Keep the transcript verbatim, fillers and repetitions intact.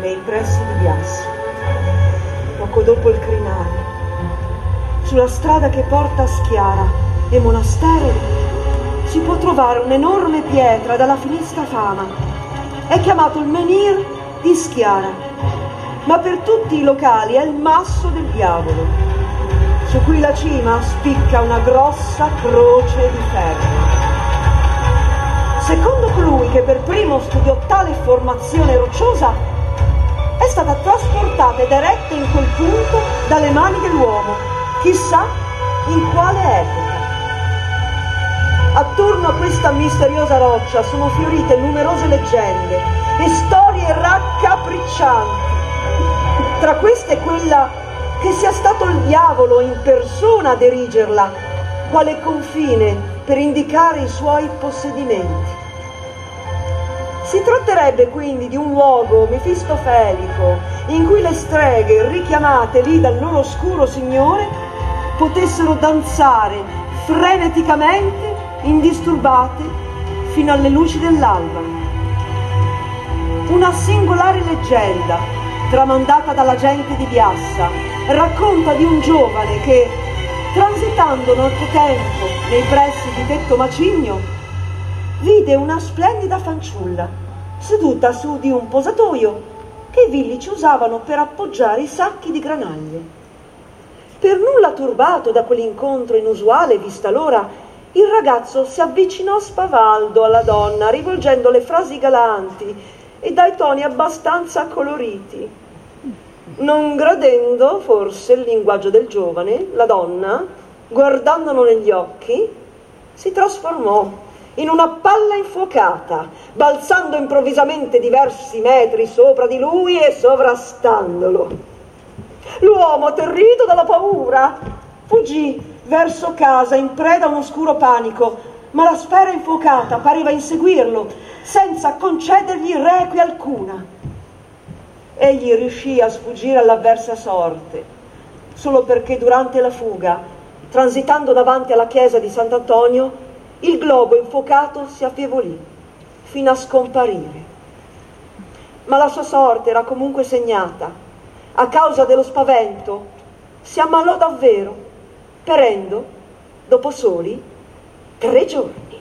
nei pressi di Biassa, poco dopo il crinale. Sulla strada che porta a Schiara e Monastero si può trovare un'enorme pietra dalla finistra fama. È chiamato il menhir di Schiara, ma per tutti i locali è il masso del diavolo, su cui la cima spicca una grossa croce di ferro. Secondo colui che per primo studiò tale formazione rocciosa, è stata trasportata ed eretta in quel punto dalle mani dell'uomo, chissà in quale epoca. Attorno a questa misteriosa roccia sono fiorite numerose leggende e storie raccapriccianti. Tra queste quella che sia stato il diavolo in persona ad erigerla, quale confine per indicare i suoi possedimenti. Si tratterebbe quindi di un luogo mefistofelico in cui le streghe, richiamate lì dal loro oscuro signore, potessero danzare freneticamente, indisturbate, fino alle luci dell'alba. Una singolare leggenda, tramandata dalla gente di Biassa, racconta di un giovane che, transitando nottetempo nei pressi di detto macigno, vide una splendida fanciulla seduta su di un posatoio che i villici usavano per appoggiare i sacchi di granaglie. Per nulla turbato da quell'incontro inusuale vista l'ora, il ragazzo si avvicinò spavaldo alla donna, rivolgendo le frasi galanti e dai toni abbastanza coloriti. Non gradendo forse il linguaggio del giovane, la donna, guardandolo negli occhi, si trasformò in una palla infuocata, balzando improvvisamente diversi metri sopra di lui e sovrastandolo. L'uomo, atterrito dalla paura, fuggì verso casa in preda a un oscuro panico, ma la sfera infuocata pareva inseguirlo senza concedergli requie alcuna. Egli riuscì a sfuggire all'avversa sorte solo perché durante la fuga, transitando davanti alla chiesa di Sant'Antonio, il globo infuocato si affievolì fino a scomparire. Ma la sua sorte era comunque segnata. A causa dello spavento si ammalò davvero, perendo dopo soli tre giorni.